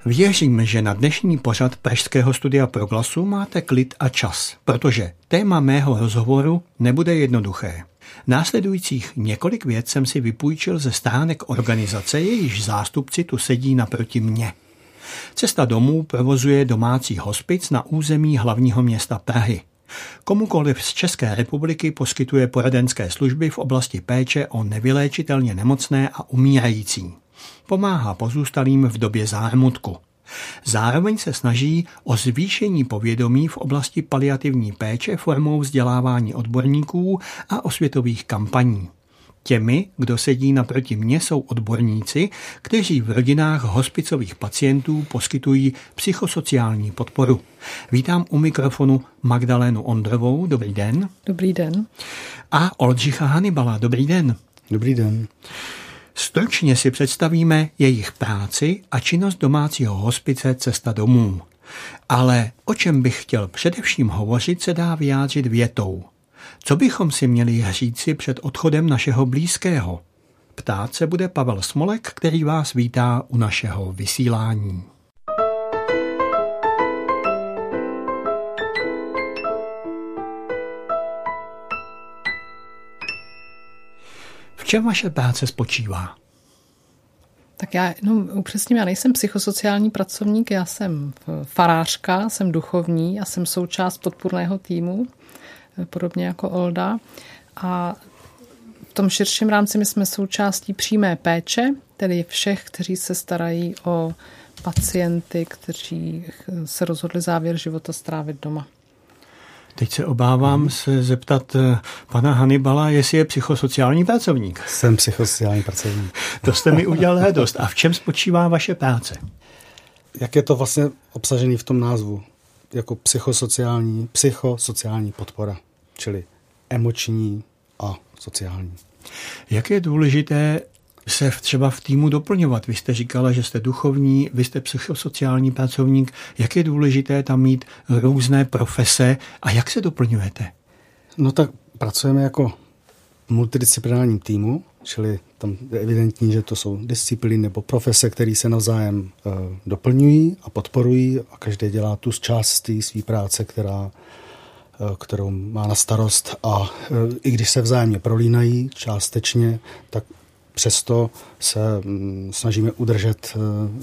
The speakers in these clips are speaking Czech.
Věřím, že na dnešní pořad Pražského studia Proglasu máte klid a čas, protože téma mého rozhovoru nebude jednoduché. Následujících několik vět jsem si vypůjčil ze stránek organizace, jejíž zástupci tu sedí naproti mně. Cesta domů provozuje domácí hospic na území hlavního města Prahy. Komukoliv z České republiky poskytuje poradenské služby v oblasti péče o nevyléčitelně nemocné a umírající. Pomáhá pozůstalým v době zármutku. Zároveň se snaží o zvýšení povědomí v oblasti paliativní péče formou vzdělávání odborníků a osvětových kampaní. Těmi, kdo sedí naproti mně, jsou odborníci, kteří v rodinách hospicových pacientů poskytují psychosociální podporu. Vítám u mikrofonu Magdalénu Ondrovou. Dobrý den. Dobrý den. A Oldřicha Hanibala. Dobrý den. Dobrý den. Stručně si představíme jejich práci a činnost domácího hospice Cesta domů. Ale o čem bych chtěl především hovořit, se dá vyjádřit větou. Co bychom si měli říci před odchodem našeho blízkého? Ptát se bude Pavel Smolek, který vás vítá u našeho vysílání. V čem vaše práce spočívá? Tak já upřesním, já nejsem psychosociální pracovník, já jsem farářka, jsem duchovní a jsem součást podpůrného týmu, podobně jako Olda. A v tom širším rámci my jsme součástí přímé péče, tedy všech, kteří se starají o pacienty, kteří se rozhodli závěr života strávit doma. Teď se obávám se zeptat pana Hanibala, jestli je psychosociální pracovník. Jsem psychosociální pracovník. To jste mi udělal radost. A v čem spočívá vaše práce? Jak je to vlastně obsažené v tom názvu? Jako psychosociální podpora, čili emoční a sociální. Jak je důležité se třeba v týmu doplňovat? Vy jste říkala, že jste duchovní, vy jste psychosociální pracovník. Jak je důležité tam mít různé profese a jak se doplňujete? No tak pracujeme jako v multidisciplinárním týmu, čili tam je evidentní, že to jsou disciplíny nebo profese, které se navzájem doplňují a podporují a každý dělá tu část té své práce, kterou má na starost a i když se vzájemně prolínají částečně, tak přesto se snažíme udržet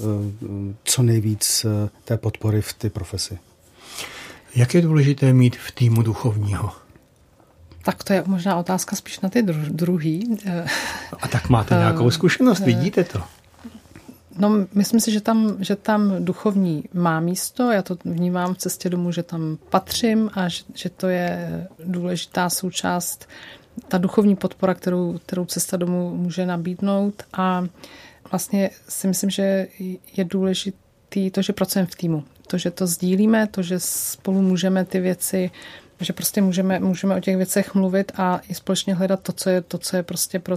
co nejvíc té podpory v té profesi. Jak je důležité mít v týmu duchovního? Tak to je možná otázka spíš na ty druhý. A tak máte nějakou zkušenost, vidíte to? No, myslím si, že tam duchovní má místo. Já to vnímám v Cestě domů, že tam patřím a že to je důležitá součást, ta duchovní podpora, kterou Cesta domů může nabídnout. A vlastně si myslím, že je důležitý to, že pracujeme v týmu. To, že to sdílíme, to, že spolu můžeme ty věci, že prostě můžeme o těch věcech mluvit a i společně hledat to, co je prostě pro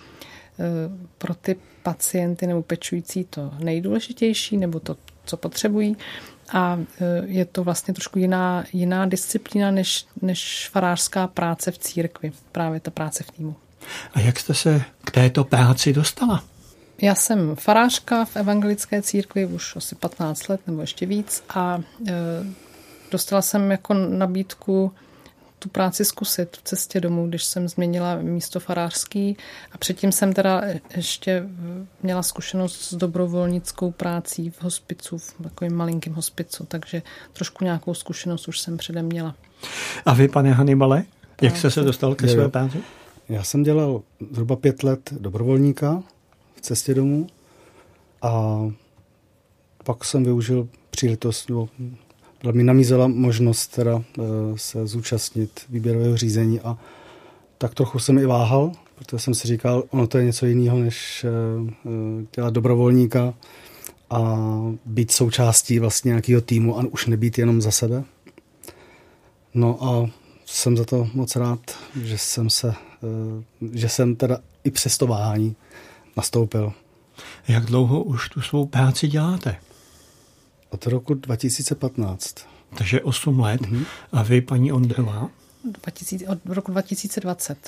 ty pacienty nebo pečující to nejdůležitější nebo to, co potřebují. A je to vlastně trošku jiná disciplína než farářská práce v církvi. Právě ta práce v týmu. A jak jste se k této práci dostala? Já jsem farářka v evangelické církvi už asi 15 let nebo ještě víc a dostala jsem jako nabídku tu práci zkusit v Cestě domů, když jsem změnila místo farářský a předtím jsem teda ještě měla zkušenost s dobrovolnickou prací v hospicu, v takovým malinkým hospicu, takže trošku nějakou zkušenost už jsem předem měla. A vy, pane Hanibale, jak jste se dostal ke své práci? Já jsem dělal zhruba 5 let dobrovolníka v Cestě domů a pak jsem využil příležitost, byla mi namízela možnost teda se zúčastnit výběrového řízení a tak trochu jsem i váhal, protože jsem si říkal, ono to je něco jiného, než dělat dobrovolníka a být součástí vlastně nějakého týmu a už nebýt jenom za sebe. No a jsem za to moc rád, že jsem teda i přes to váhání nastoupil. Jak dlouho už tu svou práci děláte? Od roku 2015. Takže 8 let. A vy, paní Ondrová? Od roku 2020.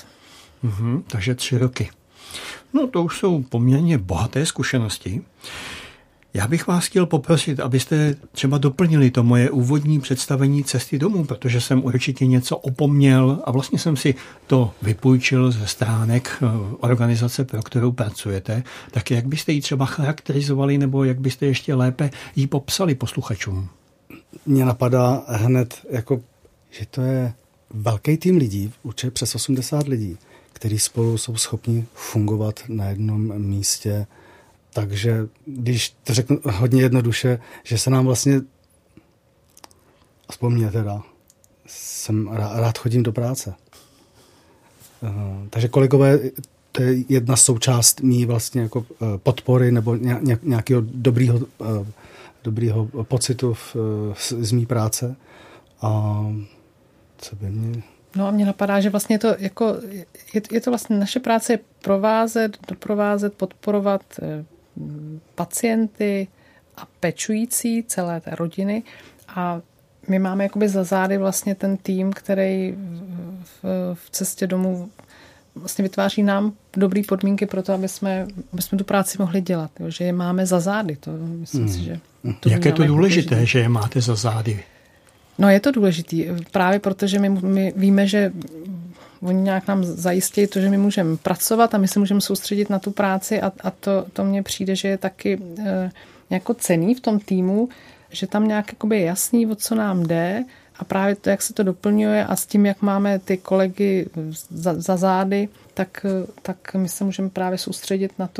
Takže 3 roky. No to už jsou poměrně bohaté zkušenosti. Já bych vás chtěl poprosit, abyste třeba doplnili to moje úvodní představení cesty domů, protože jsem určitě něco opomněl a vlastně jsem si to vypůjčil ze stránek organizace, pro kterou pracujete. Tak jak byste ji třeba charakterizovali nebo jak byste ještě lépe ji popsali posluchačům? Mně napadá hned, že to je velký tým lidí, určitě přes 80 lidí, kteří spolu jsou schopni fungovat na jednom místě. Takže když to řeknu hodně jednoduše, že se nám vlastně, aspoň mě teda, rád chodím do práce. Takže kolegové, to je jedna součást mý vlastně jako podpory nebo nějakého dobrýho pocitu z mý práce. A co by mě... No a mně napadá, že vlastně je to vlastně naše práce je doprovázet, podporovat pacienty a pečující celé té rodiny a my máme jakoby za zády vlastně ten tým, který v cestě domů vlastně vytváří nám dobré podmínky pro to, aby jsme tu práci mohli dělat. Jo, že je máme za zády. To myslím si, že jak je to důležité, že je máte za zády? No je to důležitý. Právě protože my víme, že oni nějak nám zajistí to, že my můžeme pracovat a my se můžeme soustředit na tu práci a to mně přijde, že je taky jako cenný v tom týmu, že tam nějak jakoby je jasný, o co nám jde a právě to, jak se to doplňuje a s tím, jak máme ty kolegy za zády, tak my se můžeme právě soustředit na to,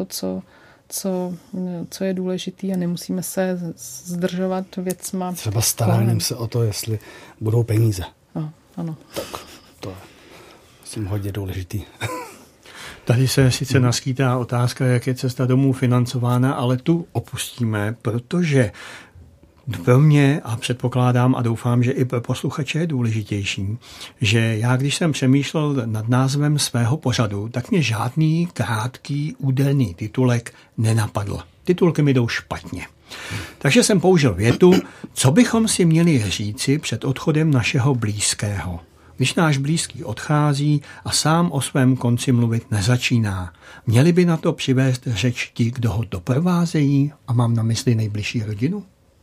co je důležitý a nemusíme se zdržovat věcma. Třeba staráním se o to, jestli budou peníze. No, ano. Tak to je myslím hodně důležitý. Tady se sice naskýtá otázka, jak je cesta domů financována, ale tu opustíme, protože pro mě a předpokládám a doufám, že i pro posluchače je důležitější, že já, když jsem přemýšlel nad názvem svého pořadu, tak mě žádný krátký úderný titulek nenapadl. Titulky mi jdou špatně. Takže jsem použil větu, co bychom si měli říci před odchodem našeho blízkého. Když náš blízký odchází a sám o svém konci mluvit nezačíná, měli by na to přivést řeč ti, kdo ho doprovázejí, a mám na mysli nejbližší rodinu?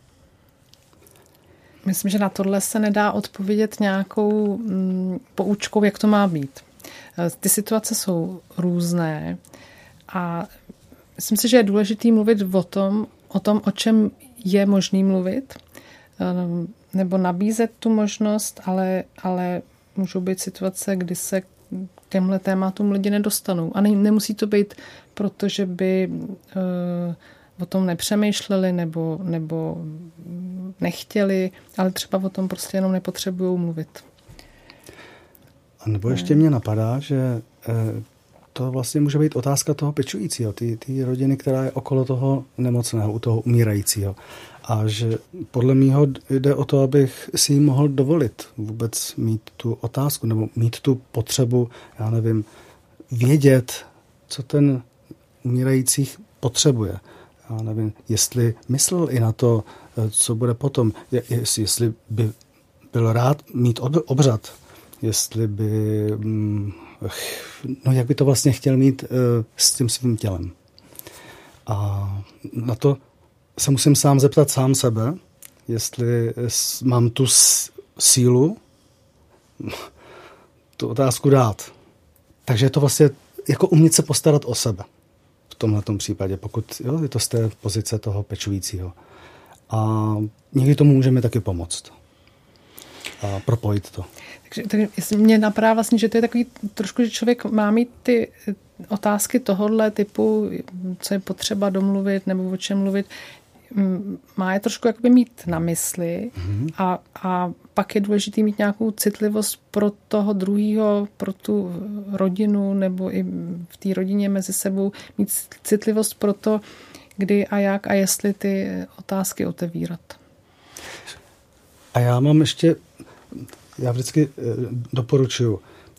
Myslím, že na tohle se nedá odpovědět nějakou poučkou, jak to má být. Ty situace jsou různé a myslím si, že je důležité mluvit o tom, o čem je možný mluvit, nebo nabízet tu možnost, ale můžou být situace, kdy se k těmhle tématům lidi nedostanou. A nemusí to být, protože by o tom nepřemýšleli nebo nechtěli, ale třeba o tom prostě jenom nepotřebují mluvit. A nebo ještě mě napadá, že to vlastně může být otázka toho pečujícího, ty rodiny, která je okolo toho nemocného, u toho umírajícího. A že podle mýho jde o to, abych si ji mohl dovolit vůbec mít tu otázku nebo mít tu potřebu, já nevím, vědět, co ten umírající potřebuje. Já nevím, jestli myslel i na to, co bude potom, jestli by byl rád mít obřad, jestli by, jak by to vlastně chtěl mít s tím svým tělem. A na to se musím sám zeptat sám sebe, jestli mám tu sílu tu otázku dát. Takže je to vlastně jako umět se postarat o sebe. V tomhletom případě, pokud je to z té pozice toho pečujícího. A někdy tomu můžeme taky pomoct. A propojit to. Takže mě napadá vlastně, že to je takový trošku, že člověk má mít ty otázky tohohle typu, co je potřeba domluvit nebo o čem mluvit, má je trošku jakoby mít na mysli a pak je důležité mít nějakou citlivost pro toho druhýho, pro tu rodinu nebo i v té rodině mezi sebou mít citlivost pro to, kdy a jak a jestli ty otázky otevírat. A já mám ještě, já vždycky doporučuji,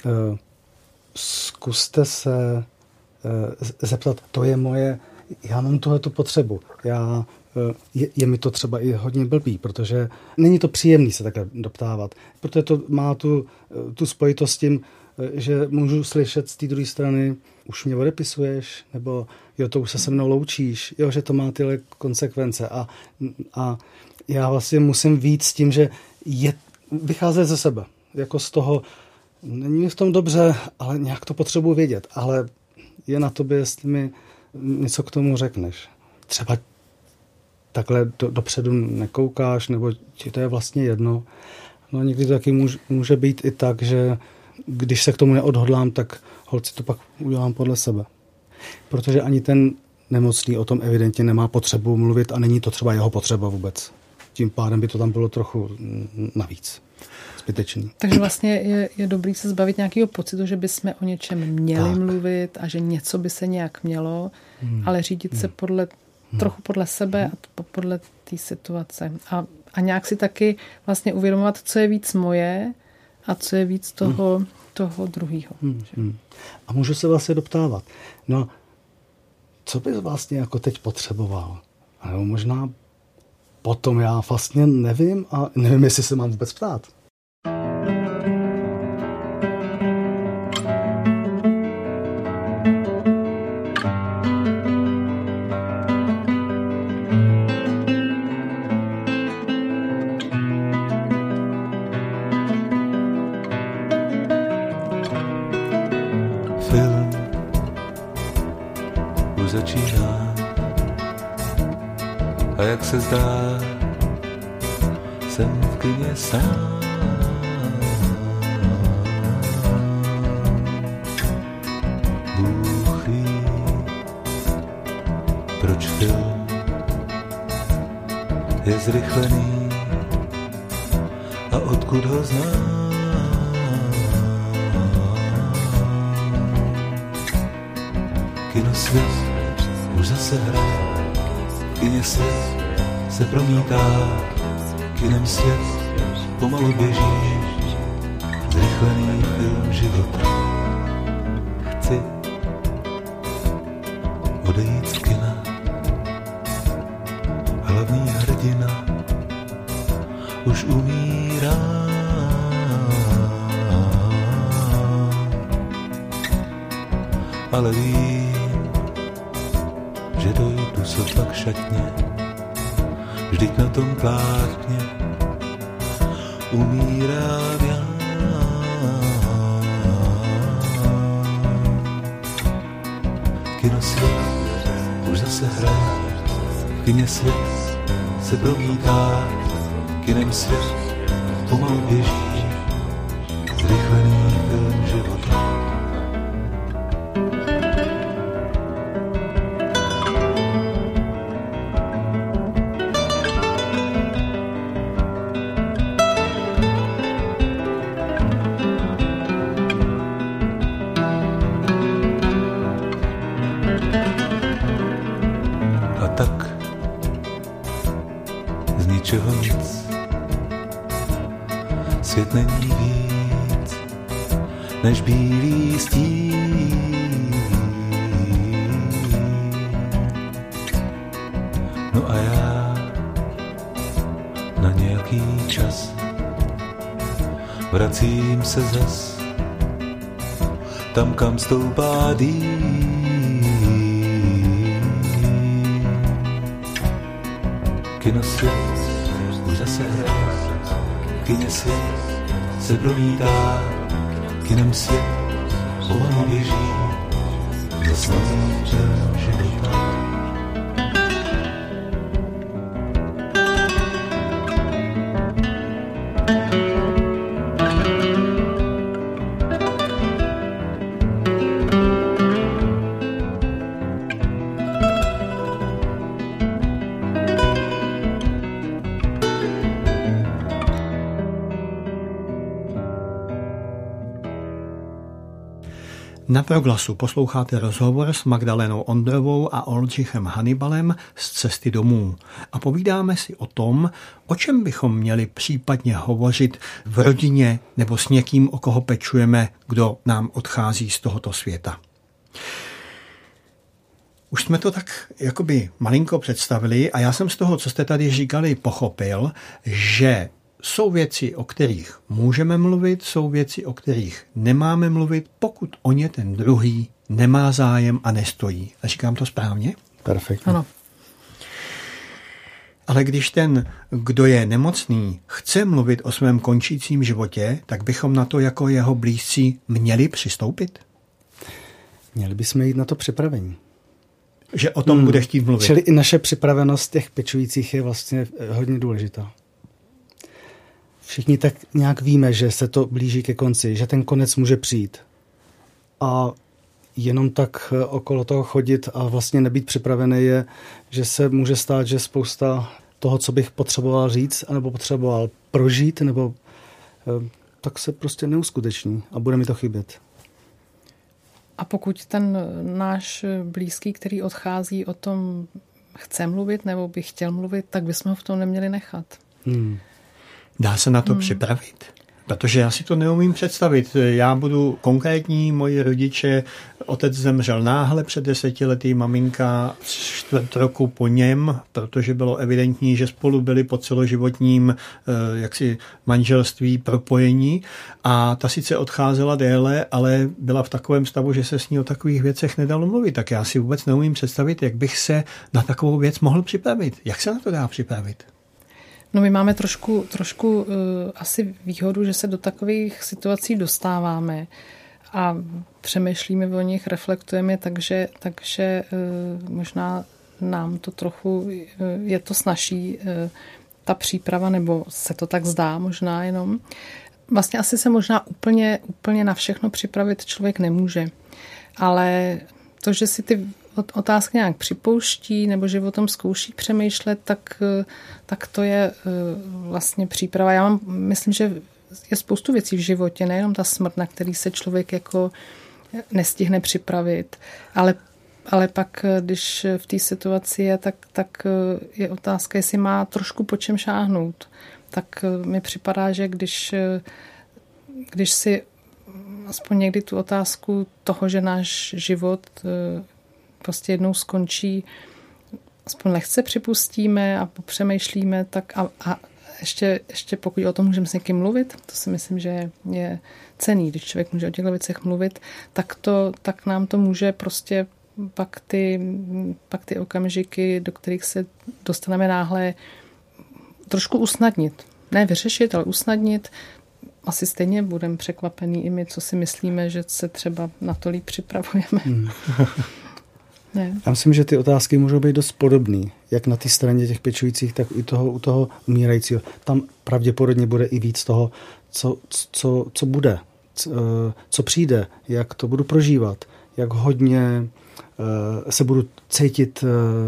zkuste se zeptat, to je moje, já mám tuhletu potřebu, je mi to třeba i hodně blbý, protože není to příjemný se takhle doptávat, protože to má tu spojitost s tím, že můžu slyšet z té druhé strany, už mě odepisuješ, nebo jo, to už se mnou loučíš, jo, že to má tyhle konsekvence a já vlastně musím víc s tím, že vycházet ze sebe, jako z toho, není v tom dobře, ale nějak to potřebuji vědět, ale je na tobě, jestli mi něco k tomu řekneš. Třeba takhle dopředu nekoukáš, nebo ti to je vlastně jedno. No a někdy to taky může být i tak, že když se k tomu neodhodlám, tak holci to pak udělám podle sebe. Protože ani ten nemocný o tom evidentně nemá potřebu mluvit a není to třeba jeho potřeba vůbec. Tím pádem by to tam bylo trochu navíc. Zbytečný. Takže vlastně je dobrý se zbavit nějakého pocitu, že bychom o něčem měli mluvit a že něco by se nějak mělo, ale řídit se trochu podle sebe a podle té situace. A nějak si taky vlastně uvědomovat, co je víc moje a co je víc toho druhého. A můžu se vlastně doptávat. No, co bys vlastně jako teď potřeboval? A nebo možná potom já vlastně nevím a nevím, jestli se mám vůbec ptát. Film už začíná a jak se zdá, jsem v kyně sám. Bůh ví, proč film je zrychlený a odkud ho znám. Kinosvět už zase hraje, kině svět se promítá, kinem svět pomalu běží, zrychlený film života. Chci odejít z kina, hlavní hrdina už umírá. Ale vím, že dojdu sotva k šatně, vždyť na tom plátně umírám já. Kinosvět už zase hraje, v kině svět se promítá, kinem svět pomalu běží, zrychlený film života. Svět není víc než bílý stín. No a já na nějaký čas vracím se zas tam, kam stoupá dým. Kinosvět už zase hraje, kině svět se promítá, kinem svět pomalu běží, zas nový film života. Na Proglasu posloucháte rozhovor s Magdalénou Ondrovou a Oldřichem Hannibalem z Cesty domů a povídáme si o tom, o čem bychom měli případně hovořit v rodině nebo s někým, o koho pečujeme, kdo nám odchází z tohoto světa. Už jsme to tak jakoby malinko představili a já jsem z toho, co jste tady říkali, pochopil, že jsou věci, o kterých můžeme mluvit, jsou věci, o kterých nemáme mluvit, pokud o ně ten druhý nemá zájem a nestojí. A říkám to správně? Perfektně. Ano. Ale když ten, kdo je nemocný, chce mluvit o svém končícím životě, tak bychom na to jako jeho blízcí měli přistoupit? Měli bychom jít na to připravení. Že o tom bude chtít mluvit. Čili i naše připravenost těch pečujících je vlastně hodně důležitá. Všichni tak nějak víme, že se to blíží ke konci, že ten konec může přijít. A jenom tak okolo toho chodit a vlastně nebýt připravený je, že se může stát, že spousta toho, co bych potřeboval říct, anebo potřeboval prožít, nebo tak se prostě neuskuteční a bude mi to chybět. A pokud ten náš blízký, který odchází, o tom chce mluvit nebo by chtěl mluvit, tak bychom ho v tom neměli nechat. Dá se na to připravit? Protože já si to neumím představit. Já budu konkrétní, moji rodiče, otec zemřel náhle před 10 lety, maminka 4 roku po něm, protože bylo evidentní, že spolu byli po celoživotním jaksi manželství propojení a ta sice odcházela déle, ale byla v takovém stavu, že se s ní o takových věcech nedalo mluvit. Tak já si vůbec neumím představit, jak bych se na takovou věc mohl připravit. Jak se na to dá připravit? No my máme trošku asi výhodu, že se do takových situací dostáváme a přemýšlíme o nich, reflektujeme, takže možná nám to trochu je to snazší ta příprava, nebo se to tak zdá možná jenom. Vlastně asi se možná úplně na všechno připravit člověk nemůže, ale to, že si ty otázky nějak připouští nebo že o tom zkouší přemýšlet, tak to je vlastně příprava. Já myslím, že je spoustu věcí v životě, nejenom ta smrt, na který se člověk jako nestihne připravit, ale pak, když v té situaci je, tak je otázka, jestli má trošku po čem šáhnout. Tak mi připadá, že když si aspoň někdy tu otázku toho, že náš život prostě jednou skončí, aspoň lehce připustíme a popřemýšlíme, tak a ještě pokud o tom můžeme s někým mluvit, to si myslím, že je cenný, když člověk může o těchto věcech mluvit, tak nám to může prostě pak ty okamžiky, do kterých se dostaneme náhle, trošku usnadnit. Ne vyřešit, ale usnadnit. Asi stejně budeme překvapený i my, co si myslíme, že se třeba na to líp připravujeme. Ne. Já myslím, že ty otázky můžou být dost podobný, jak na té straně těch pečujících, tak i u toho umírajícího. Tam pravděpodobně bude i víc toho, co bude, co přijde, jak to budu prožívat, jak hodně se budu cítit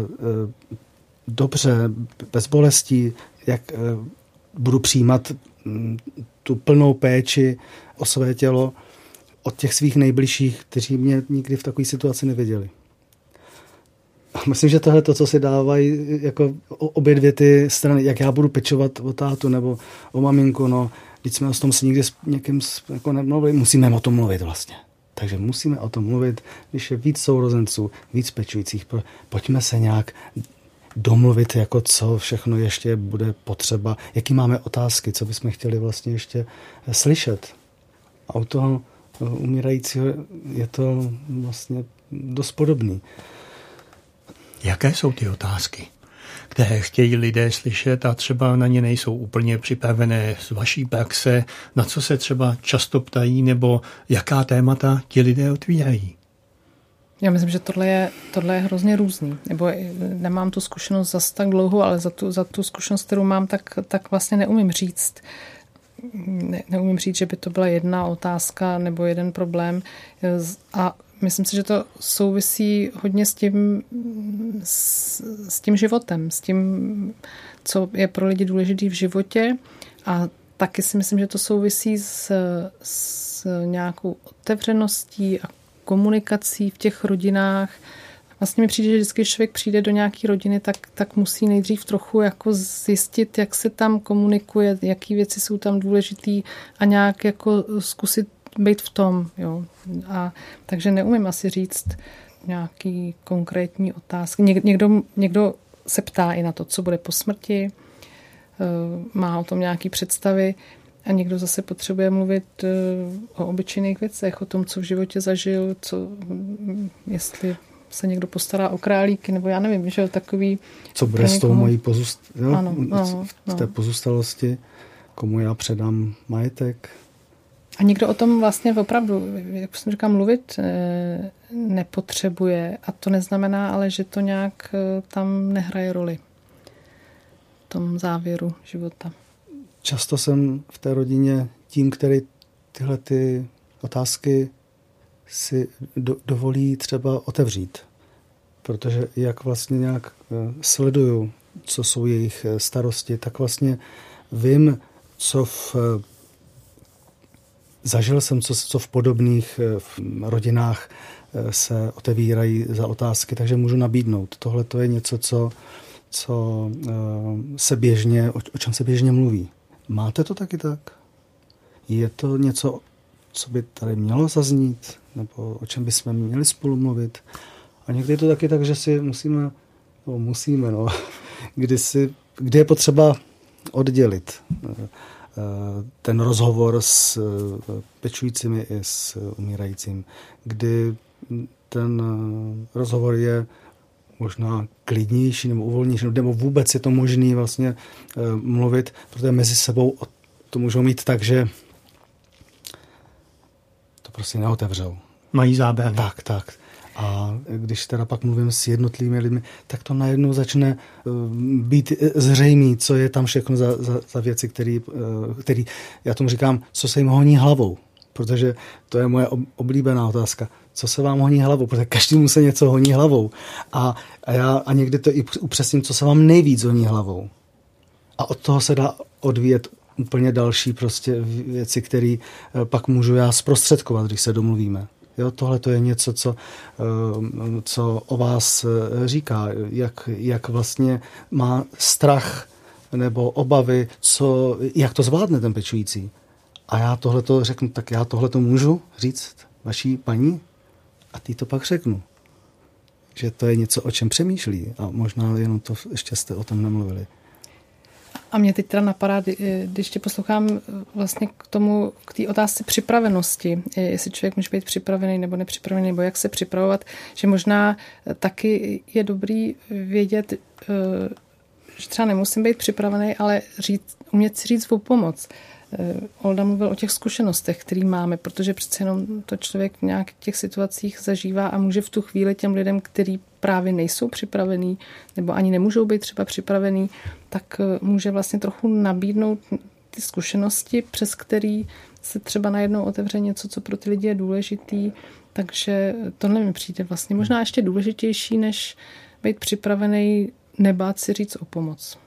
dobře, bez bolestí, jak budu přijímat tu plnou péči o své tělo od těch svých nejbližších, kteří mě nikdy v takové situaci neviděli. Myslím, že tohle je to, co si dávají jako obě dvě ty strany, jak já budu pečovat o tátu nebo o maminku, no, když jsme o tom si nikdy s někým jako nemluvili, musíme o tom mluvit vlastně. Takže musíme o tom mluvit, když je víc sourozenců, víc pečujících, pojďme se nějak domluvit, jako co všechno ještě bude potřeba, jaký máme otázky, co bychom chtěli vlastně ještě slyšet. A u toho umírajícího je to vlastně dost podobný. Jaké jsou ty otázky, které chtějí lidé slyšet a třeba na ně nejsou úplně připravené z vaší praxe, na co se třeba často ptají nebo jaká témata ti lidé otvírají? Já myslím, že tohle je hrozně různý. Nebo nemám tu zkušenost zas tak dlouho, ale za tu zkušenost, kterou mám, tak vlastně neumím říct. Neumím říct, že by to byla jedna otázka nebo jeden problém. A myslím si, že to souvisí hodně s tím životem, s tím, co je pro lidi důležitý v životě. A taky si myslím, že to souvisí s nějakou otevřeností a komunikací v těch rodinách. Vlastně mi přijde, že vždycky, když člověk přijde do nějaké rodiny, tak musí nejdřív trochu jako zjistit, jak se tam komunikuje, jaký věci jsou tam důležitý a nějak jako zkusit být v tom. Jo. Takže neumím asi říct nějaký konkrétní otázky. Někdo se ptá i na to, co bude po smrti. má o tom nějaké představy a někdo zase potřebuje mluvit o obyčejných věcech, o tom, co v životě zažil, jestli se někdo postará o králíky, nebo já nevím, že takový... Co bude s tou mojí v té pozůstalosti, komu já předám majetek. A nikdo o tom vlastně opravdu, jak jsem říkal, mluvit nepotřebuje. A to neznamená ale, že to nějak tam nehraje roli v tom závěru života. Často jsem v té rodině tím, který tyhle ty otázky si dovolí třeba otevřít. Protože jak vlastně nějak sleduju, co jsou jejich starosti, tak vlastně vím, zažil jsem, co v podobných rodinách se otevírají za otázky, takže můžu nabídnout. Tohle to je něco, o čem se běžně mluví. Máte to taky tak? Je to něco, co by tady mělo zaznít? Nebo o čem bychom měli spolu mluvit? A někdy je to taky tak, že si musíme, kdy je potřeba oddělit ten rozhovor s pečujícími i s umírajícím, kdy ten rozhovor je možná klidnější nebo uvolnější, nebo vůbec je to možný vlastně mluvit, protože mezi sebou to můžou mít tak, že to prostě neotevřou. Mají zábrany. Tak. A když teda pak mluvím s jednotlivými lidmi, tak to najednou začne být zřejmý, co je tam všechno za věci, který já tomu říkám, co se jim honí hlavou. Protože to je moje oblíbená otázka. Co se vám honí hlavou? Protože každému se něco honí hlavou. A někdy to i upřesním, co se vám nejvíc honí hlavou. A od toho se dá odvíjet úplně další prostě věci, které pak můžu já zprostředkovat, když se domluvíme. Jo, tohle to je něco, co o vás říká, jak vlastně má strach nebo obavy, jak to zvládne ten pečující. A já tohleto řeknu, tak já tohleto můžu říct vaší paní a ty to pak řeknu. Že to je něco, o čem přemýšlí a možná jenom to ještě jste o tom nemluvili. A mě teď teda napadá, když tě poslouchám vlastně k té otázce připravenosti, jestli člověk může být připravený nebo nepřipravený, nebo jak se připravovat, že možná taky je dobrý vědět, že třeba nemusím být připravený, ale umět si říct o pomoc. Olda mluvil o těch zkušenostech, které máme, protože přece jenom to člověk v nějakých těch situacích zažívá a může v tu chvíli těm lidem, kteří právě nejsou připravení nebo ani nemůžou být třeba připravení, tak může vlastně trochu nabídnout ty zkušenosti, přes který se třeba najednou otevře něco, co pro ty lidi je důležitý. Takže tohle mi přijde vlastně možná ještě důležitější, než být připravený, nebát si říct o pomoc.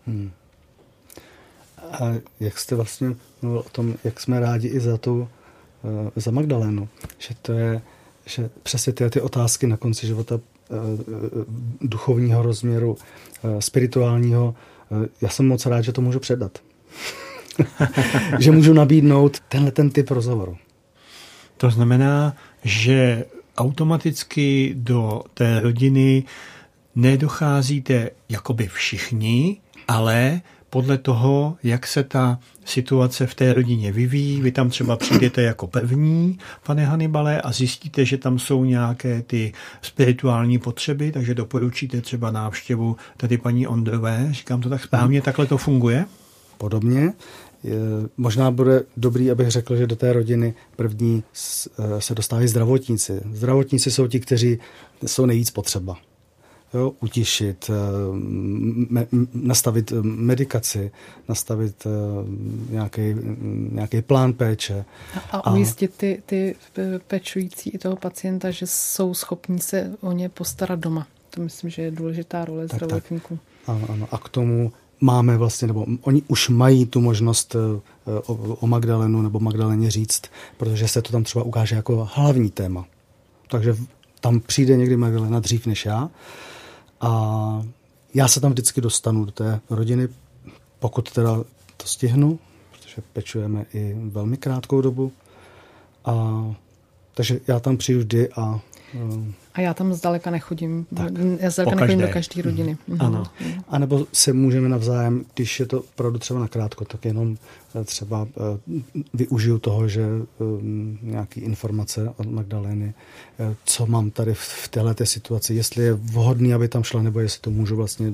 A jak jste vlastně mluvil o tom, jak jsme rádi i za Magdalénu, že to je, že přesně ty otázky na konci života duchovního rozměru, spirituálního, já jsem moc rád, že to můžu předat. Že můžu nabídnout ten typ rozhovoru. To znamená, že automaticky do té rodiny nedocházíte jakoby všichni, ale podle toho, jak se ta situace v té rodině vyvíjí, vy tam třeba přijdete jako první, pane Hannibale, a zjistíte, že tam jsou nějaké ty spirituální potřeby, takže doporučíte třeba návštěvu tady paní Ondrové. Říkám to tak správně, takhle to funguje? Podobně. Možná bude dobrý, abych řekl, že do té rodiny první se dostávají zdravotníci. Zdravotníci jsou ti, kteří jsou nejvíc potřeba. Jo, utišit, nastavit medikaci, nastavit nějaký plán péče. A ujistit ty pečující i toho pacienta, že jsou schopní se o ně postarat doma. To myslím, že je důležitá role zdravotníků. Ano. A k tomu máme vlastně, nebo oni už mají tu možnost o Magdalénu nebo Magdaléně říct, protože se to tam třeba ukáže jako hlavní téma. Takže tam přijde někdy Magdaléna dřív než já. A já se tam vždycky dostanu do té rodiny, pokud teda to stihnu, protože pečujeme i velmi krátkou dobu. Takže já tam přijdu vždy a A já tam zdaleka nechodím. Já zdaleka nechodím do každé rodiny. Ano. A nebo se můžeme navzájem, když je to opravdu třeba nakrátko, tak jenom třeba využiju toho, že nějaký informace od Magdalény, co mám tady v téhleté situaci, jestli je vhodný, aby tam šla, nebo jestli to můžu vlastně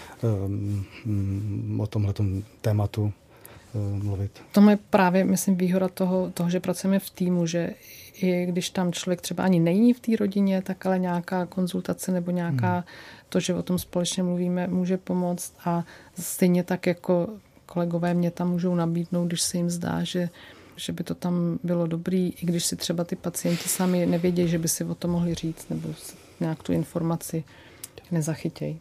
o tomhletom tématu mluvit. To je právě, myslím, výhoda toho, že pracujeme v týmu, že i když tam člověk třeba ani není v té rodině, tak ale nějaká konzultace nebo nějaká to, že o tom společně mluvíme, může pomoct a stejně tak jako kolegové mě tam můžou nabídnout, když se jim zdá, že by to tam bylo dobrý, i když si třeba ty pacienti sami nevědějí, že by si o tom mohli říct nebo nějak tu informaci nezachytějí.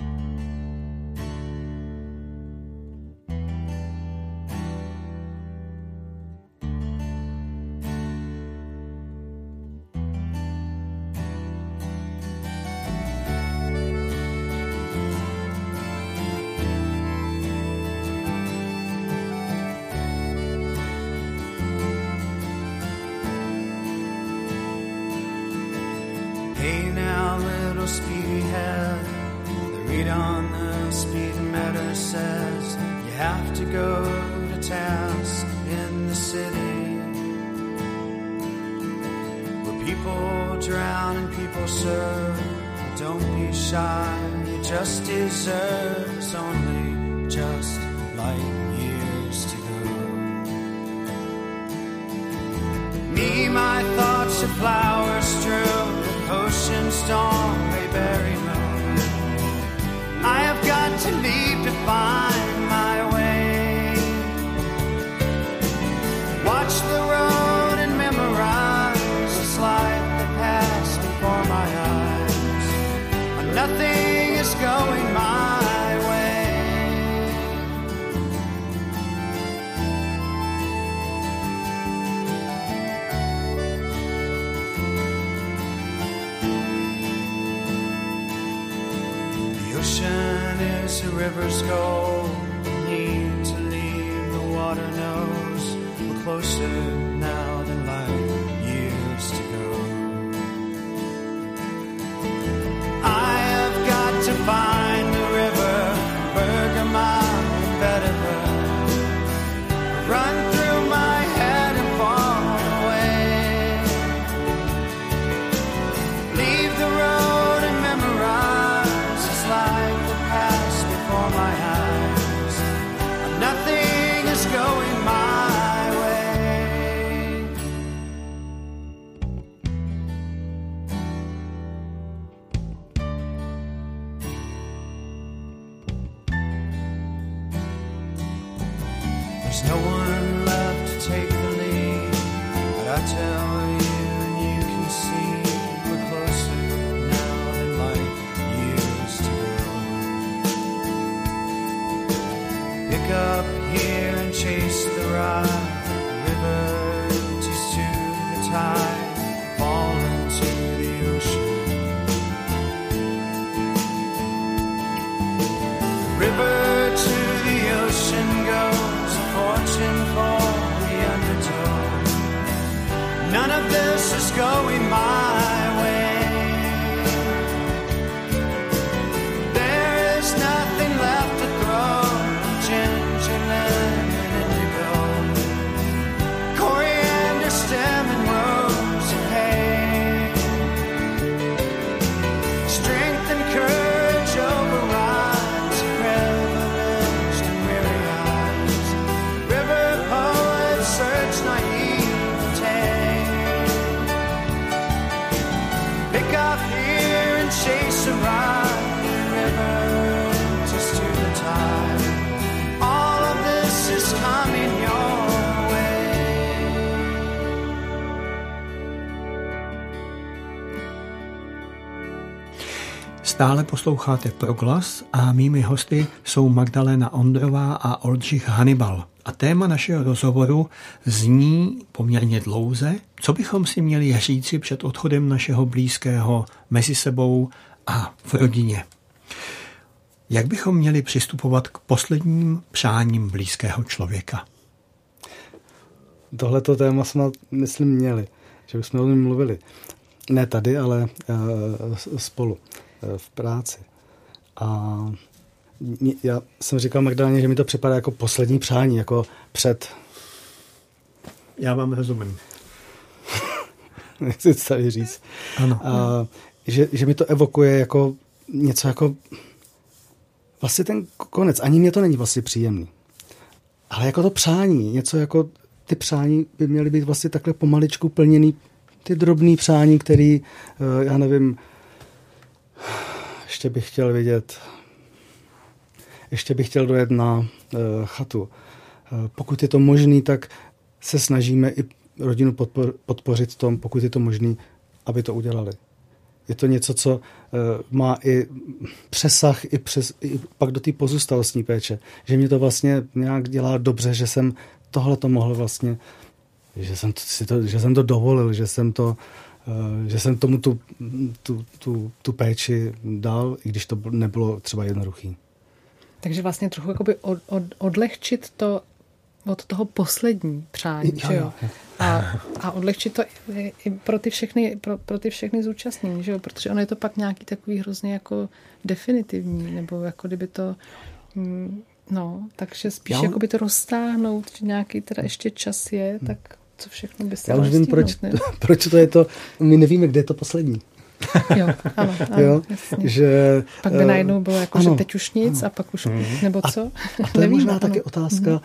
Stále posloucháte Proglas a mými hosty jsou Magdaléna Ondrová a Oldřich Hannibal. A téma našeho rozhovoru zní poměrně dlouze, co bychom si měli říci před odchodem našeho blízkého mezi sebou a v rodině. Jak bychom měli přistupovat k posledním přáním blízkého člověka? Tohleto téma jsme, myslím, měli, že bychom o něm mluvili. Ne tady, ale spolu v práci. A já jsem říkal Magdaleně, že mi to připadá jako poslední přání, jako před... Já vám rozumím. Nechci to tady říct. Ano. Že mi to evokuje jako něco jako... Vlastně ten konec, ani mě to není vlastně příjemný. Ale jako to přání, něco jako ty přání by měly být vlastně takhle pomaličku plněný, ty drobný přání, který, já nevím, ještě bych chtěl vidět, ještě bych chtěl dojet na chatu. Pokud je to možný, tak se snažíme i rodinu podpořit v tom, pokud je to možný, aby to udělali. Je to něco, co má i přesah i pak do té pozůstalostní péče. Že mě to vlastně nějak dělá dobře, že jsem tohle to mohl vlastně, že jsem to dovolil, že jsem tomu tu péči dal, i když to nebylo třeba jednoduchý. Takže vlastně trochu jakoby odlehčit to od toho poslední přání, že jo? A odlehčit to i pro ty všechny zúčastnění, že jo? Protože ono je to pak nějaký takový hrozně jako definitivní, nebo jako kdyby to, no, takže spíš jakoby to roztáhnout, že nějaký teda ještě čas je, tak co všechno by se dalo stihnout. Já už vím, proč to je to, my nevíme, kde je to poslední. Jo, ano, jo, jasně. Že, pak by najednou bylo jako, ano, že teď už nic, ano. A pak už, nebo co? A to je možná taky otázka,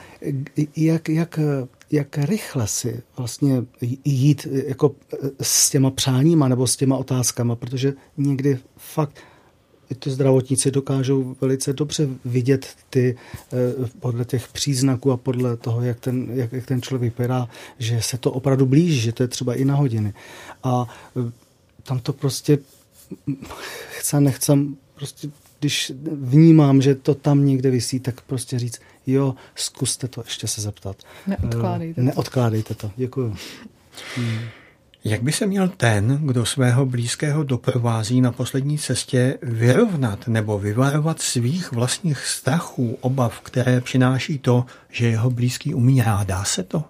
jak rychle si vlastně jít jako s těma přáníma nebo s těma otázkama, protože někdy fakt ty zdravotníci dokážou velice dobře vidět ty podle těch příznaků a podle toho, jak ten člověk vypadá, že se to opravdu blíží, že to je třeba i na hodiny. A tam to prostě nechcem, prostě když vnímám, že to tam někde visí, tak prostě říct, jo, zkuste to ještě se zeptat. Neodkládejte to. Děkuju. Jak by se měl ten, kdo svého blízkého doprovází na poslední cestě, vyrovnat nebo vyvarovat svých vlastních strachů, obav, které přináší to, že jeho blízký umírá? Dá se to?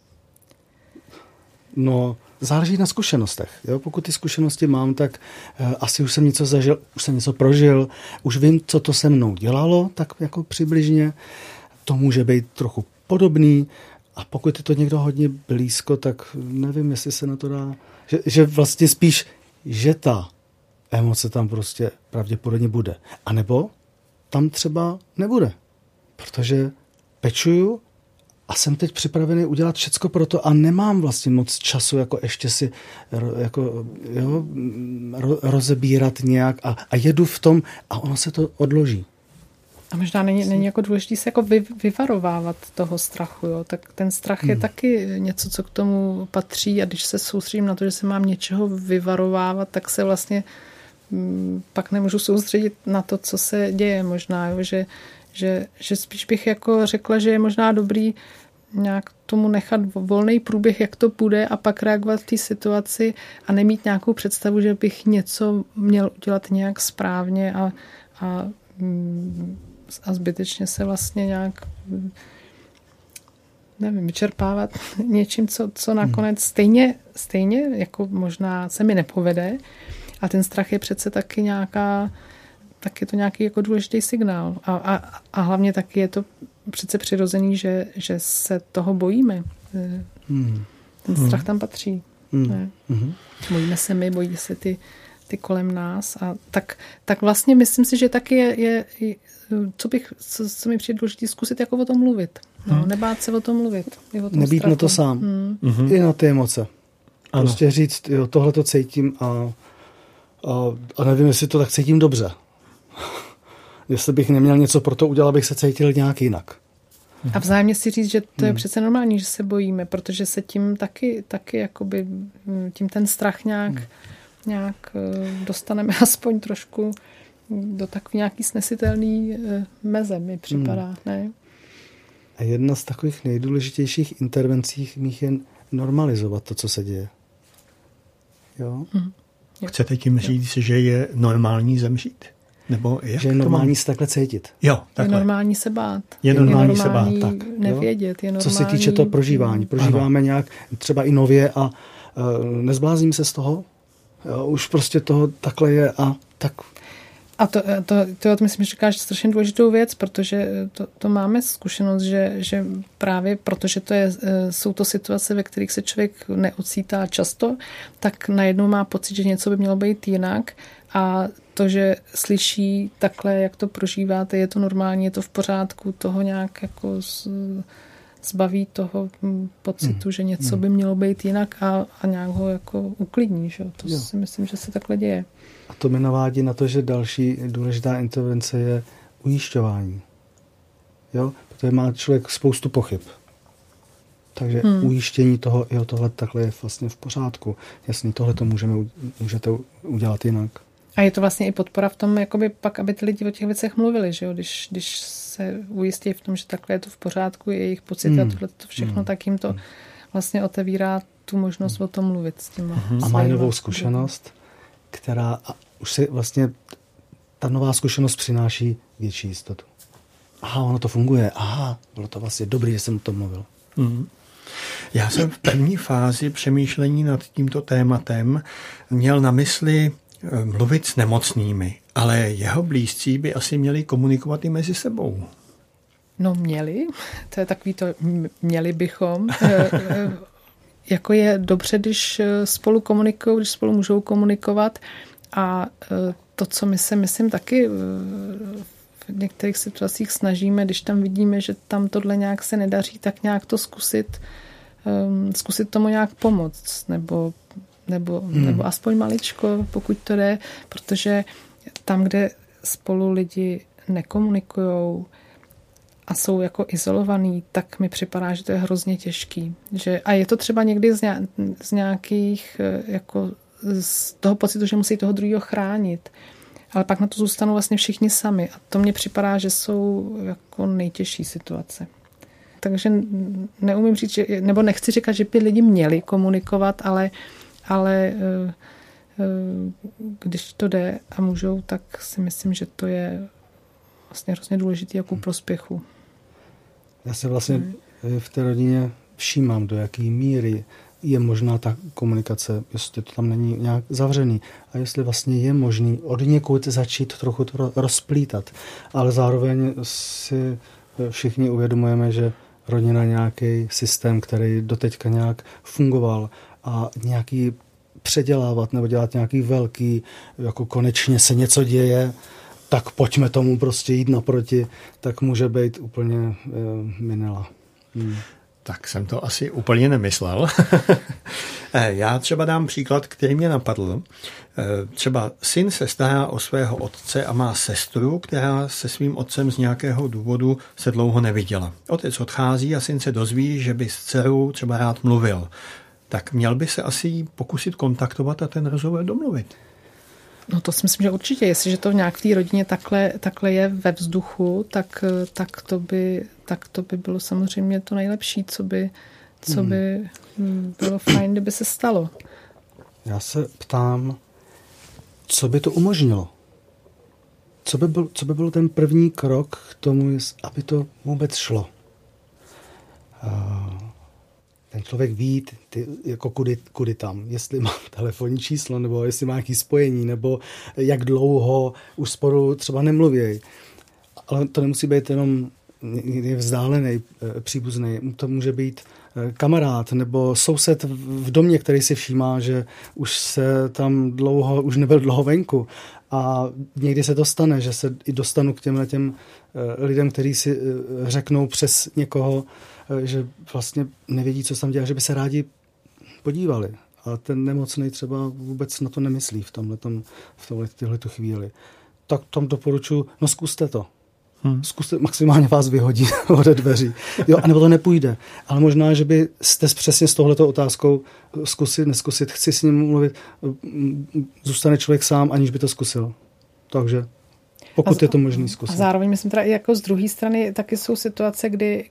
No, záleží na zkušenostech. Jo? Pokud ty zkušenosti mám, tak asi už jsem něco zažil, už jsem něco prožil, už vím, co to se mnou dělalo, tak jako přibližně. To může být trochu podobný. A pokud je to někdo hodně blízko, tak nevím, jestli se na to dá. Že vlastně spíš, že ta emoce tam prostě pravděpodobně bude. A nebo tam třeba nebude. Protože pečuju a jsem teď připravený udělat všecko pro to a nemám vlastně moc času jako ještě si jako, jo, rozebírat nějak a jedu v tom a ono se to odloží. A možná není jako důležité se jako vyvarovávat toho strachu, jo? Tak ten strach je taky něco, co k tomu patří a když se soustředím na to, že se mám něčeho vyvarovávat, tak se vlastně pak nemůžu soustředit na to, co se děje možná, jo? Že spíš bych jako řekla, že je možná dobrý nějak tomu nechat volný průběh, jak to bude a pak reagovat v té situaci a nemít nějakou představu, že bych něco měl udělat nějak správně a zbytečně se vlastně nějak nevím, vyčerpávat něčím, co nakonec stejně jako možná se mi nepovede a ten strach je přece taky tak je to nějaký jako důležitý signál a hlavně taky je to přece přirozený, že se toho bojíme. Ten strach tam patří. Bojíme se my, bojí se ty kolem nás a tak vlastně myslím si, že taky je co mi přijde důležitý, zkusit jako o tom mluvit. No, nebát se o tom mluvit. Nebýt na to sám. I na ty emoce. Ano. Prostě říct, jo, tohle to cítím a nevím, jestli to tak cítím dobře. Jestli bych neměl něco pro to udělat, bych se cítil nějak jinak. A vzájemně si říct, že to je přece normální, že se bojíme, protože se tím taky jakoby, tím ten strach nějak dostaneme aspoň trošku do takový nějaký snesitelný meze, mi připadá, ne? A jedna z takových nejdůležitějších intervencí mých je normalizovat to, co se děje. Jo? Chcete tím říct, že je normální zemřít? Nebo že je normální se takhle cítit. Jo, takhle. Je normální se bát. Je normální se bát, tak. Nevědět, je normální. Co se týče toho prožívání. Prožíváme nějak třeba i nově a nezblázním se z toho. Jo, už prostě toho takhle je a tak. A to myslím, že říkáš strašně důležitou věc, protože to máme zkušenost, že právě protože jsou to situace, ve kterých se člověk neocítá často, tak najednou má pocit, že něco by mělo být jinak a to, že slyší takhle, jak to prožíváte, je to normální, je to v pořádku, toho nějak jako zbaví toho pocitu, že něco by mělo být jinak a nějak ho jako uklidní. Že? To si myslím, že se takhle děje. A to mi navádí na to, že další důležitá intervence je ujišťování. Jo? Protože má člověk spoustu pochyb. Takže ujištění toho, jo, tohle takhle je vlastně v pořádku. Jasně, tohle to můžete udělat jinak. A je to vlastně i podpora v tom, jakoby pak, aby ty lidi o těch věcech mluvili, že jo? Když se ujistí v tom, že takhle je to v pořádku, je jejich pocit a tohle to všechno, tak jim to vlastně otevírá tu možnost o tom mluvit s těma. A mají novou zkušenost, která už se vlastně ta nová zkušenost přináší větší jistotu. Aha, ono to funguje. Aha, bylo to vlastně dobrý, že jsem o tom mluvil. Já jsem v první fázi přemýšlení nad tímto tématem měl na mysli mluvit s nemocnými, ale jeho blízcí by asi měli komunikovat i mezi sebou. No měli, to je takový to měli bychom. Jako je dobře, když spolu komunikují, když spolu můžou komunikovat a to, co my se myslím taky v některých situacích snažíme, když tam vidíme, že tam tohle nějak se nedaří, tak nějak to zkusit tomu nějak pomoct, nebo aspoň maličko, pokud to jde, protože tam, kde spolu lidi nekomunikujou a jsou jako izolovaný, tak mi připadá, že to je hrozně těžký. A je to třeba někdy z nějakých, jako z toho pocitu, že musí toho druhého chránit. Ale pak na to zůstanou vlastně všichni sami. A to mně připadá, že jsou jako nejtěžší situace. Takže neumím říct, nebo nechci říkat, že by lidi měli komunikovat, ale když to jde a můžou, tak si myslím, že to je vlastně hrozně důležitý jako prospěchu. Já se vlastně v té rodině všímám, do jaké míry je možná ta komunikace, jestli to tam není nějak zavřený a jestli vlastně je možný od někud začít trochu to rozplítat. Ale zároveň si všichni uvědomujeme, že rodina je nějaký systém, který doteďka nějak fungoval a nějaký předělávat nebo dělat nějaký velký, jako konečně se něco děje, tak pojďme tomu prostě jít naproti, tak může být úplně minela. Tak jsem to asi úplně nemyslel. Já třeba dám příklad, který mě napadl. Třeba syn se stará o svého otce a má sestru, která se svým otcem z nějakého důvodu se dlouho neviděla. Otec odchází a syn se dozví, že by s dcerou třeba rád mluvil. Tak měl by se asi pokusit kontaktovat a ten rozhovor domluvit. No to si myslím, že určitě. Jestliže to nějak v té rodině takhle je ve vzduchu, tak to by bylo samozřejmě to nejlepší, co by bylo fajn, kdyby se stalo. Já se ptám, co by to umožnilo? Co by byl ten první krok k tomu, aby to vůbec šlo? Ten člověk ví, jako kudy tam, jestli má telefonní číslo, nebo jestli má nějaké spojení, nebo jak dlouho už spolu třeba nemluví. Ale to nemusí být jenom někdy vzdálený příbuzný. To může být kamarád nebo soused v domě, který si všímá, že už se tam už nebyl dlouho venku. A někdy se to stane, že se i dostanu k těm lidem, kteří si řeknou přes někoho, že vlastně nevědí, co tam dělá, že by se rádi podívali. A ten nemocný třeba vůbec na to nemyslí v této chvíli. Tak tam doporučuji, zkuste to. Zkuste, maximálně vás vyhodí ode dveří. Jo, anebo to nepůjde. Ale možná, že byste přesně s touhletou otázkou neskusit, chci s ním mluvit, zůstane člověk sám, aniž by to zkusil. Takže pokud je to možný zkusit. A zároveň myslím teda i jako z druhé strany taky jsou situace, kdy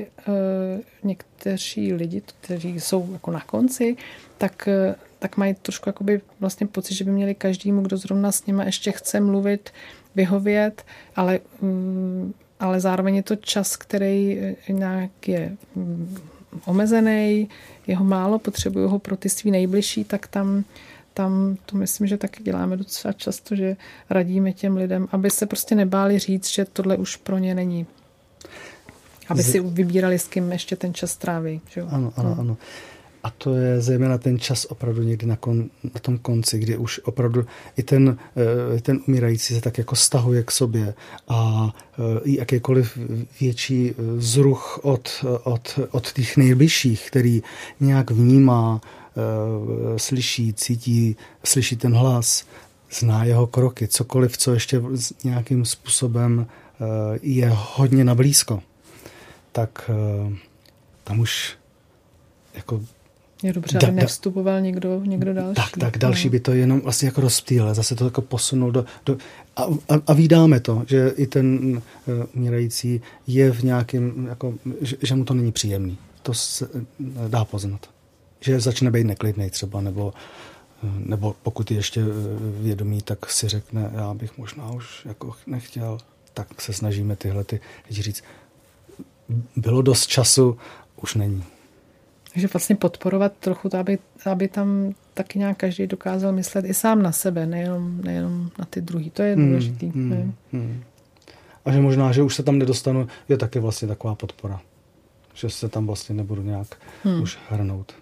někteří lidi, kteří jsou jako na konci, tak mají trošku jakoby vlastně pocit, že by měli každému, kdo zrovna s nima ještě chce mluvit, vyhovět, ale zároveň je to čas, který nějak je omezený, jeho málo, potřebují ho pro ty svý nejbližší, tak tam tam to myslím, že taky děláme docela často, že radíme těm lidem, aby se prostě nebáli říct, že tohle už pro ně není. Aby si vybírali, s kým ještě ten čas tráví. Že? Ano. A to je zejména ten čas opravdu někdy na tom konci, kdy už opravdu i ten umírající se tak jako stahuje k sobě a jakýkoliv větší vzruch od těch nejbližších, který nějak vnímá, slyší, cítí, slyší ten hlas, zná jeho kroky, cokoliv, co ještě nějakým způsobem je hodně nablízko, tak tam už jako je dobře, aby nevstupoval někdo další. Tak další by to jenom vlastně jako rozptýlil, zase to jako posunul a vídáme to, že i ten umírající je v nějakém, jako, že mu to není příjemný. To se dá poznat. Že začne být neklidnej třeba, nebo pokud je ještě vědomý, tak si řekne, já bych možná už jako nechtěl, tak se snažíme tyhle říct, bylo dost času, už není. Takže vlastně podporovat trochu to, aby tam taky nějak každý dokázal myslet i sám na sebe, nejenom na ty druhý. To je důležitý. A že možná, že už se tam nedostanu, je taky vlastně taková podpora. Že se tam vlastně nebudu nějak už hrnout.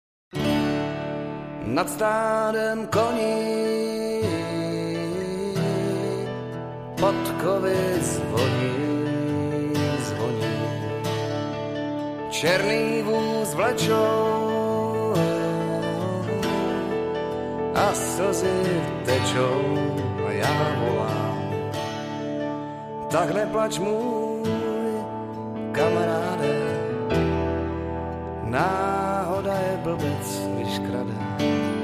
Nad stádem koní podkovy zvoní. Černý vůz vlečou a slzy tečou a já volám. Tak neplač můj kamaráde, náhoda je blbec, když krade.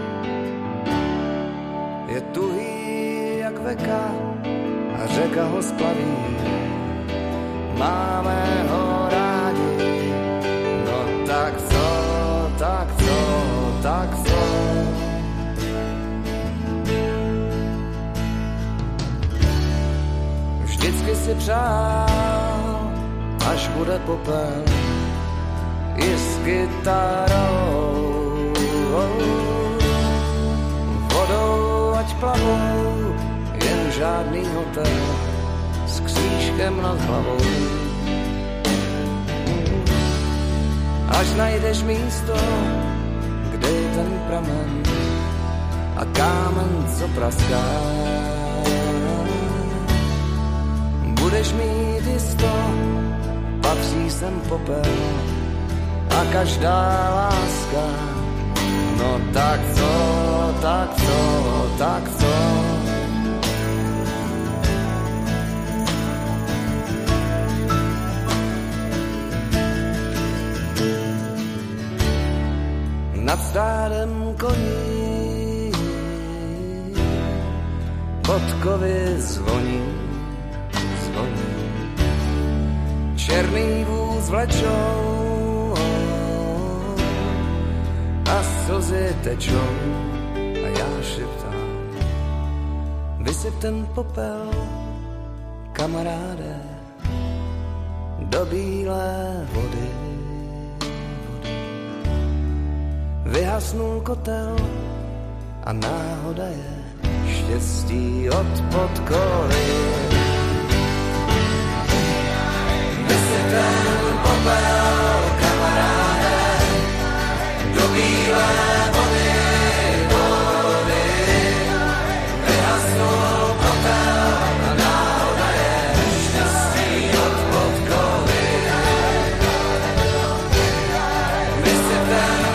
Je tuhý jak veka a řeka ho splaví. Máme ho rádi, no tak co. Vždycky si přál, až bude popel, i s kytarou. Vodou ať plavou, jen žádný hotel, s křížkem nad hlavou. Až najdeš místo, kde je ten pramen a kámen, co praská. Budeš mít jisto, patří sem popel a každá láska. No tak co. Nad stádem koní podkovy zvoní. Černý vůz vlečou a slzy tečou a já šeptám, vysyp ten popel, kamaráde, do bílé vody. Vyhasnul kotel a náhoda je štěstí od podkory. Vysyp ten popel, kamaráde, do bílé vody. Vyhasnul kotel a náhoda je štěstí od podkory. Vysyp ten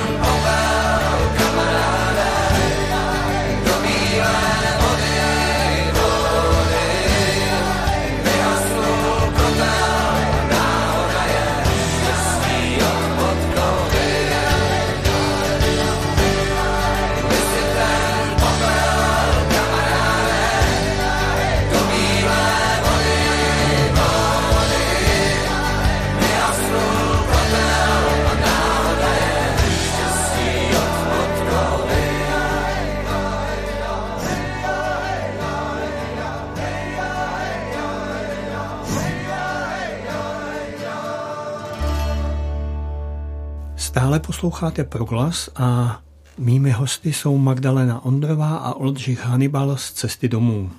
Stále posloucháte Proglas a Mými hosty jsou Magdalena Ondrová a Oldřich Hannibal z Cesty domů.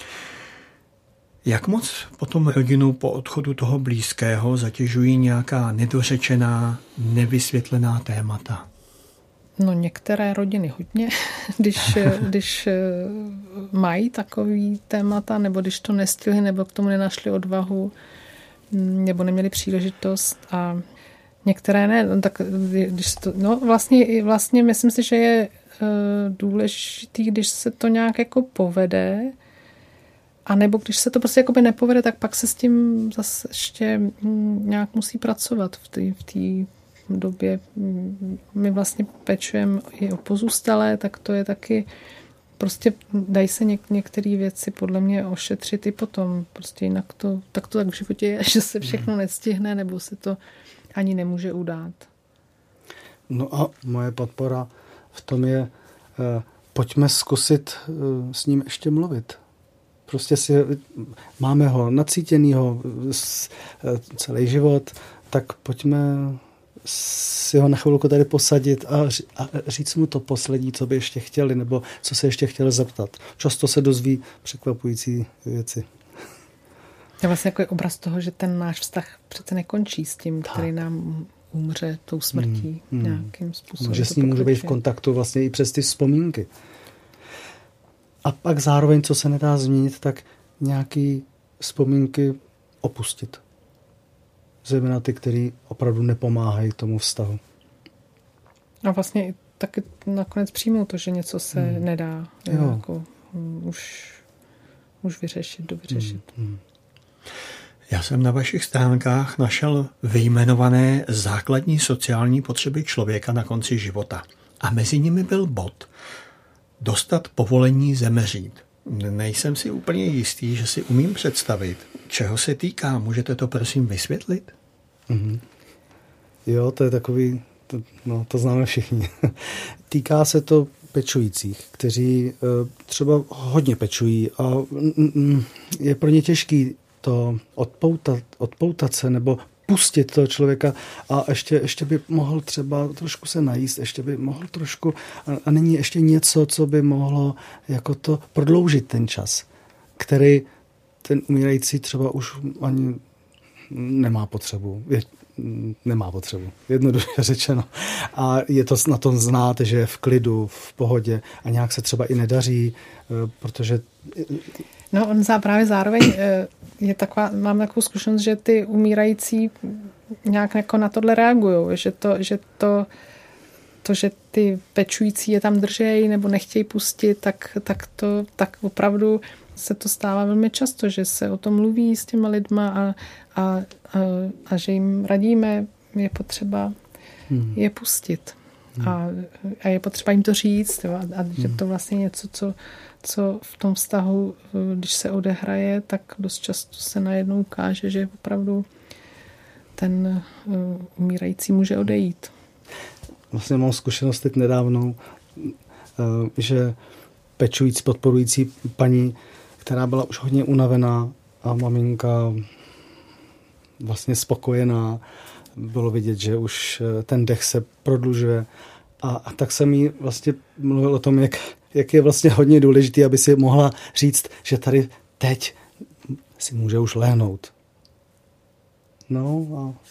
Jak moc potom rodinu po odchodu toho blízkého zatěžují nějaká nedořečená, nevysvětlená témata? No některé rodiny hodně, když mají takový témata, nebo když to nestihli, nebo k tomu nenašli odvahu, nebo neměli příležitost a některé ne. No, tak když to, no vlastně myslím si, že je důležitý, když se to nějak jako povede, a nebo když se to prostě jakoby nepovede, tak pak se s tím zase ještě nějak musí pracovat v té době. My vlastně pečujeme i o pozůstalé, tak to je taky prostě dají se některé věci podle mě ošetřit i potom. Prostě jinak to tak v životě je, že se všechno nestihne, nebo se to ani nemůže udát. No a moje podpora v tom je, pojďme zkusit s ním ještě mluvit. Prostě máme ho nacítěnýho celý život, tak pojďme si ho na chvilku tady posadit a říct mu to poslední, co by ještě chtěli, nebo co se ještě chtěli zeptat. Často se dozví překvapující věci. Je vlastně jako obraz toho, že ten náš vztah přece nekončí s tím, který nám umře tou smrtí nějakým způsobem. Že s ním může být v kontaktu vlastně i přes ty vzpomínky. A pak zároveň, co se nedá změnit, tak nějaký vzpomínky opustit. Zejména ty, které opravdu nepomáhají tomu vztahu. A vlastně taky nakonec přijmou to, že něco se nedá jako už vyřešit, dovyřešit. Já jsem na vašich stránkách našel vyjmenované základní sociální potřeby člověka na konci života. A mezi nimi byl bod dostat povolení zemřít. Nejsem si úplně jistý, že si umím představit, čeho se týká. Můžete to prosím vysvětlit? Jo, to je takový, to známe všichni. Týká se to pečujících, kteří třeba hodně pečují a je pro ně těžký to odpoutat se nebo pustit toho člověka a ještě by mohl třeba trošku se najíst, ještě by mohl trošku a není ještě něco, co by mohlo jako to prodloužit ten čas, který ten umírající třeba už ani nemá potřebu. Nemá potřebu, jednoduše řečeno. A je to na tom znát, že je v klidu, v pohodě a nějak se třeba i nedaří, protože... No on právě zároveň je taková, mám takovou zkušenost, že ty umírající nějak jako na tohle reagují, že ty pečující je tam držejí nebo nechtějí pustit, tak opravdu se to stává velmi často, že se o tom mluví s těma lidma a že jim radíme, je potřeba je pustit. A je potřeba jim to říct. A že to vlastně něco, co v tom vztahu, když se odehraje, tak dost často se najednou ukáže, že opravdu ten umírající může odejít. Vlastně mám zkušenost teď nedávnou, že pečující, podporující paní, která byla už hodně unavená a maminka vlastně spokojená, bylo vidět, že už ten dech se prodlužuje a tak jsem jí vlastně mluvil o tom, jak je vlastně hodně důležité, aby si mohla říct, že tady teď si může už lehnout. No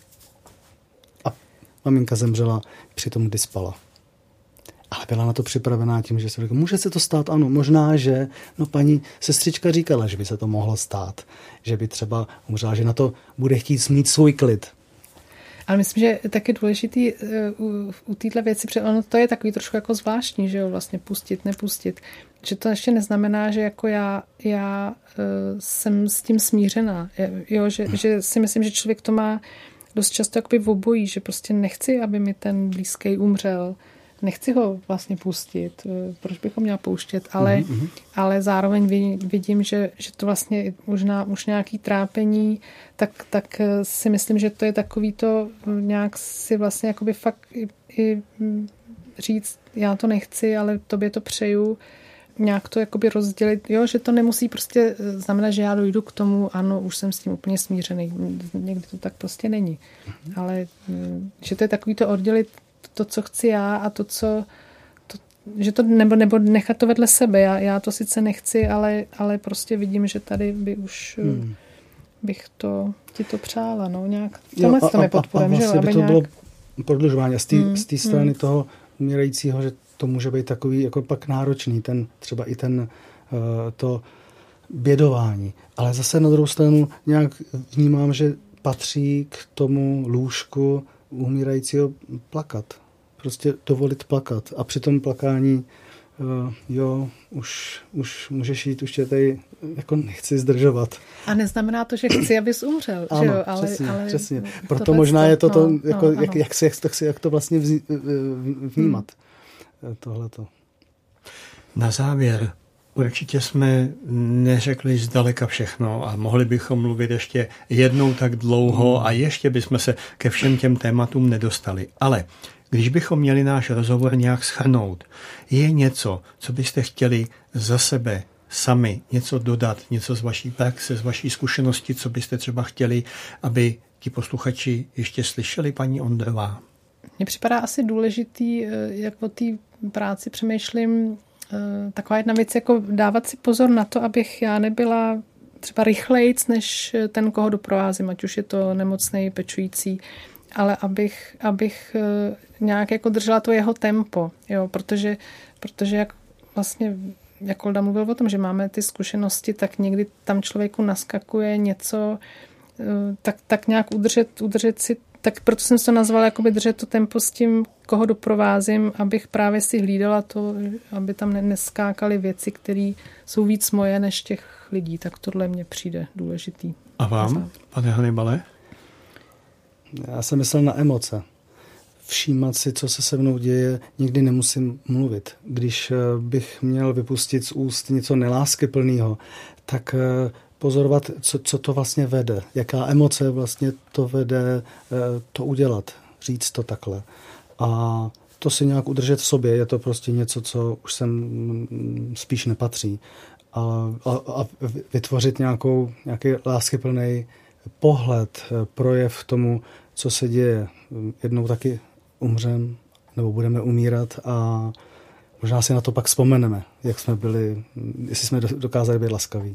a maminka zemřela při tom, kdy spala. Ale byla na to připravená tím, že se řekl, může se to stát, ano, možná, že paní sestřička říkala, že by se to mohlo stát, že by třeba umřela, že na to bude chtít mít svůj klid. Ale myslím, že je taky důležitý u této věci, protože ono to je takový trošku jako zvláštní, že jo, vlastně pustit, nepustit. Že to ještě neznamená, že jako já jsem s tím smířená. Jo, že si myslím, že člověk to má dost často jakoby v obojí, že prostě nechci, aby mi ten blízký umřel. Nechci ho vlastně pustit, proč bych ho měla pouštět, ale zároveň vidím, že to vlastně možná už nějaký trápení, tak si myslím, že to je takový to nějak si vlastně jakoby fakt i říct, já to nechci, ale tobě to přeju, nějak to jakoby rozdělit, jo, že to nemusí prostě znamenat, že já dojdu k tomu, ano, už jsem s tím úplně smířený, někdy to tak prostě není, ale že to je takový to oddělit to, co chci já a to, že to nebo nechat to vedle sebe. Já to sice nechci, ale prostě vidím, že tady by už bych ti to přála, no, nějak. Tomhle to mi podporem, že jo? Vlastně by to bylo prodlužování z té strany toho umírajícího, že to může být takový jako pak náročný, třeba i to bědování. Ale zase na druhou stranu nějak vnímám, že patří k tomu lůžku umírajícího plakat. Prostě dovolit plakat. A při tom plakání už můžeš jít, už tě tady jako nechci zdržovat. A neznamená to, že chci, abys umřel. Ano, že jo? Přesně. Proto možná je to jako, ano. Jak to vlastně vnímat. Tohleto. Na závěr, určitě jsme neřekli zdaleka všechno a mohli bychom mluvit ještě jednou tak dlouho a ještě bychom se ke všem těm tématům nedostali. Ale když bychom měli náš rozhovor nějak shrnout, je něco, co byste chtěli za sebe sami něco dodat, něco z vaší praxe, z vaší zkušenosti, co byste třeba chtěli, aby ti posluchači ještě slyšeli, paní Ondrová? Mně připadá asi důležitý, jak o té práci přemýšlím, taková jedna věc, jako dávat si pozor na to, abych já nebyla třeba rychlejc, než ten, koho doprovázím, ať už je to nemocnej, pečující, ale abych nějak jako držela to jeho tempo, jo, protože jak vlastně, jak Olda mluvil o tom, že máme ty zkušenosti, tak někdy tam člověku naskakuje něco, tak nějak udržet si, tak proto jsem to nazvala, jakoby držet to tempo s tím, koho doprovázím, abych právě si hlídala to, aby tam neskákaly věci, které jsou víc moje než těch lidí, tak tohle mně přijde důležitý. A vám, pane Hannibale? Já jsem myslel na emoce. Všímat si, co se se mnou děje, nikdy nemusím mluvit. Když bych měl vypustit z úst něco neláskyplného, tak pozorovat, co to vlastně vede. Jaká emoce vlastně to vede to udělat. Říct to takhle. A to si nějak udržet v sobě. Je to prostě něco, co už sem spíš nepatří. A vytvořit nějaký láskyplný pohled, projev tomu, co se děje. Jednou taky umřem, nebo budeme umírat a možná si na to pak vzpomeneme, jak jsme byli, jestli jsme dokázali být laskaví.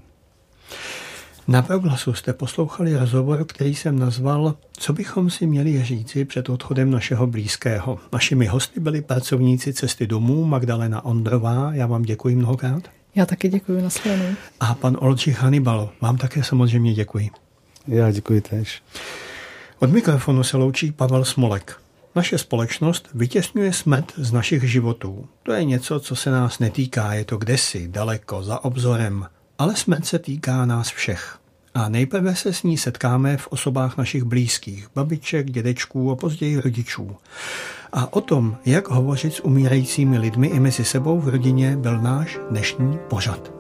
Na Proglasu jste poslouchali rozhovor, který jsem nazval Co bychom si měli říci před odchodem našeho blízkého. Našimi hosty byli pracovníci Cesty domů Magdalena Ondrová, já vám děkuji mnohokrát. Já taky děkuji, nashledanou. A pan Oldřich Hannibal, vám také samozřejmě děkuji. Já děkuji též. Od mikrofonu se loučí Pavel Smolek. Naše společnost vytěsňuje smrt z našich životů. To je něco, co se nás netýká, je to kdesi, daleko, za obzorem. Ale smrt se týká nás všech. A nejprve se s ní setkáme v osobách našich blízkých, babiček, dědečků a později rodičů. A o tom, jak hovořit s umírajícími lidmi i mezi sebou v rodině, byl náš dnešní pořad.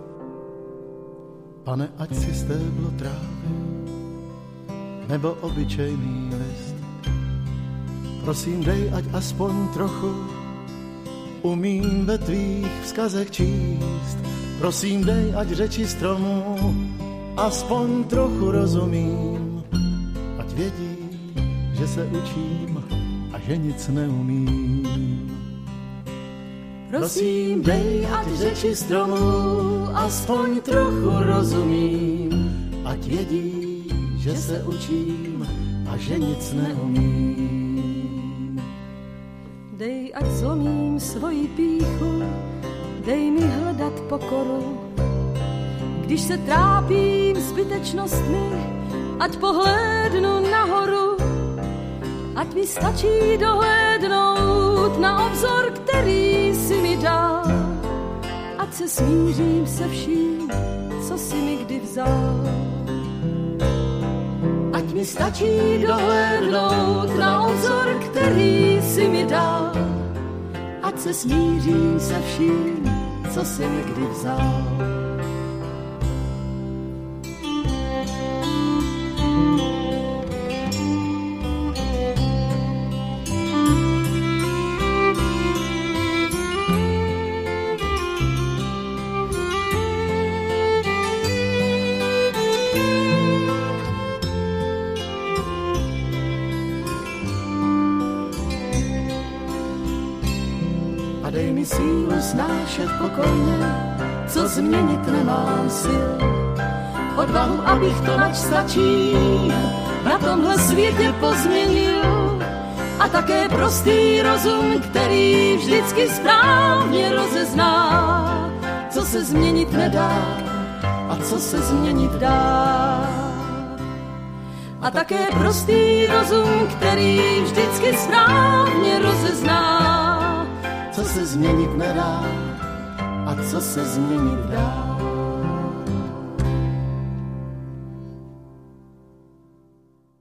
Pane, ať si stéblo trávy, nebo obyčejný list, prosím dej, ať aspoň trochu umím ve tvých vzkazech číst. Prosím dej, ať řeči stromů aspoň trochu rozumím, ať vědí, že se učím a že nic neumím. Prosím dej, ať řeči stromů aspoň trochu rozumím, ať vědí, že se učím a že nic neumím. Dej, ať zlomím svoji pýchu, dej mi hledat pokoru. Když se trápím zbytečnostmi, ať pohlédnu nahoru. Ať mi stačí dohlédnout na obzor, který si mi dal. Ať se smířím se vším, co si mi kdy vzal. Ať mi stačí dohlédnout na obzor, který si mi dal. Ať se smířím se vším, co si mi kdy vzal. dej mi sílu snášet pokojně, co změnit nemám sil. Odvahu, abych to, nač stačí, na tomhle světě pozměnil. A také prostý rozum, který vždycky správně rozezná, co se změnit nedá a co se změnit dá. A také prostý rozum, který vždycky správně rozezná, co se změnit nedá a co se změnit dá.